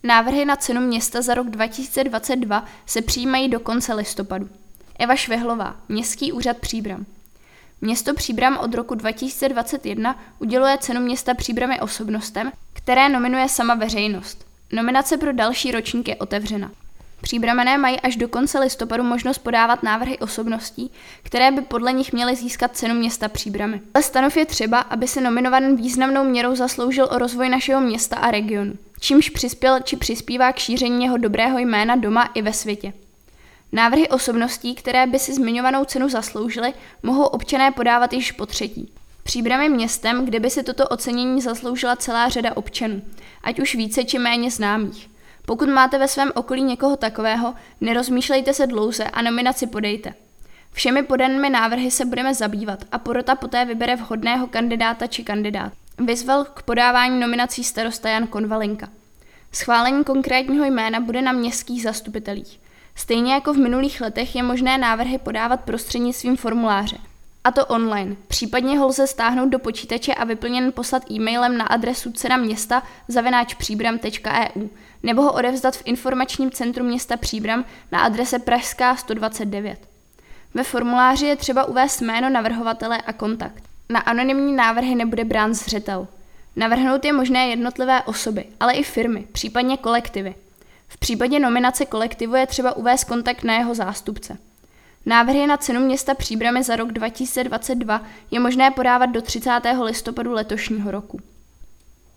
Návrhy na cenu města za rok 2022 se přijímají do konce listopadu. Eva Švehlová, Městský úřad Příbram. Město Příbram od roku 2021 uděluje cenu města Příbramy osobnostem, které nominuje sama veřejnost. Nominace pro další ročník je otevřena. Příbramané mají až do konce listopadu možnost podávat návrhy osobností, které by podle nich měly získat cenu města Příbramy. Ale stanov je třeba, aby se nominovaný významnou měrou zasloužil o rozvoj našeho města a regionu, čímž přispěl či přispívá k šíření jeho dobrého jména doma i ve světě. Návrhy osobností, které by si zmiňovanou cenu zasloužily, mohou občané podávat již po třetí. Příbram je městem, kde by si toto ocenění zasloužila celá řada občanů, ať už více či méně známých. Pokud máte ve svém okolí někoho takového, nerozmýšlejte se dlouze a nominaci podejte. Všemi podanými návrhy se budeme zabývat a porota poté vybere vhodného kandidáta či kandidát. Vyzval k podávání nominací starosta Jan Konvalinka. Schválení konkrétního jména bude na městských zastupitelích. Stejně jako v minulých letech je možné návrhy podávat prostřednictvím formuláře. A to online. Případně ho lze stáhnout do počítače a vyplněn poslat e-mailem na adresu cenaměsta@příbram.eu nebo ho odevzdat v informačním centru města Příbram na adrese Pražská 129. Ve formuláři je třeba uvést jméno navrhovatele a kontakt. Na anonymní návrhy nebude brán zřetel. Navrhnout je možné jednotlivé osoby, ale i firmy, případně kolektivy. V případě nominace kolektivu je třeba uvést kontakt na jeho zástupce. Návrhy na cenu města Příbramy za rok 2022 je možné podávat do 30. listopadu letošního roku.